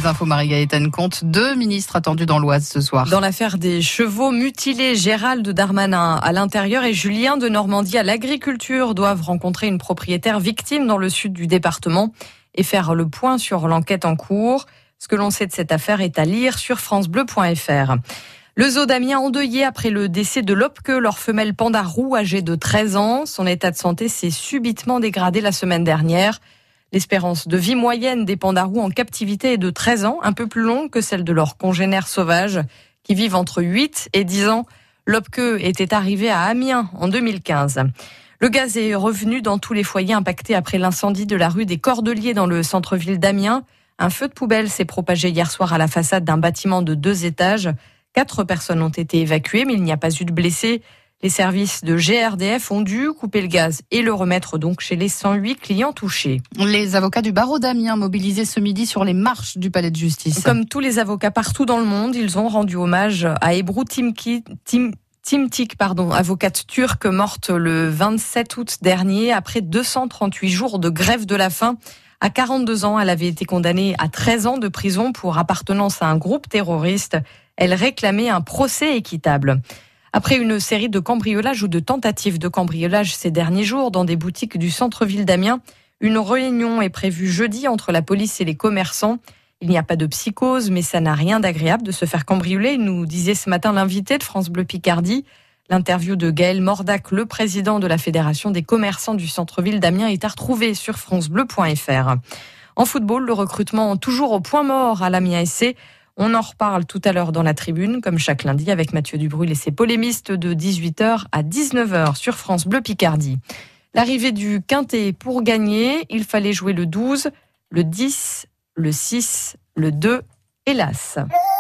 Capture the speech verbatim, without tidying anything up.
les infos, Marie-Gaëtane Comte. Deux ministres attendus dans l'Oise ce soir. Dans l'affaire des chevaux mutilés, Gérald Darmanin à l'intérieur et Julien Denormandie à l'agriculture doivent rencontrer une propriétaire victime dans le sud du département et faire le point sur l'enquête en cours. Ce que l'on sait de cette affaire est à lire sur francebleu point f r. Le zoo d'Amiens endeuillé après le décès de Lopke, leur femelle panda roux âgée de treize ans. Son état de santé s'est subitement dégradé la semaine dernière. L'espérance de vie moyenne des pandas roux en captivité est de treize ans, un peu plus longue que celle de leurs congénères sauvages qui vivent entre huit et dix ans. Lopke était arrivé à Amiens en deux mille quinze. Le gaz est revenu dans tous les foyers impactés après l'incendie de la rue des Cordeliers dans le centre-ville d'Amiens. Un feu de poubelle s'est propagé hier soir à la façade d'un bâtiment de deux étages. Quatre personnes ont été évacuées, mais il n'y a pas eu de blessés. Les services de G R D F ont dû couper le gaz et le remettre donc chez les cent huit clients touchés. Les avocats du barreau d'Amiens mobilisés ce midi sur les marches du palais de justice. Comme tous les avocats partout dans le monde, ils ont rendu hommage à Ebru Timki, Tim, Timtik, pardon, avocate turque morte le vingt-sept août dernier après deux cent trente-huit jours de grève de la faim. À quarante-deux ans, elle avait été condamnée à treize ans de prison pour appartenance à un groupe terroriste. Elle réclamait un procès équitable. Après une série de cambriolages ou de tentatives de cambriolage ces derniers jours dans des boutiques du centre-ville d'Amiens, une réunion est prévue jeudi entre la police et les commerçants. Il n'y a pas de psychose, mais ça n'a rien d'agréable de se faire cambrioler, nous disait ce matin l'invité de France Bleu Picardie. L'interview de Gaël Mordac, le président de la Fédération des commerçants du centre-ville d'Amiens, est à retrouver sur francebleu point f r. En football, le recrutement toujours au point mort à l'Amiens S C. On en reparle tout à l'heure dans la tribune, comme chaque lundi, avec Mathieu Dubrul et ses polémistes de dix-huit heures à dix-neuf heures sur France Bleu Picardie. L'arrivée du Quintet pour gagner, il fallait jouer le douze, le dix, le six, le deux et l'As.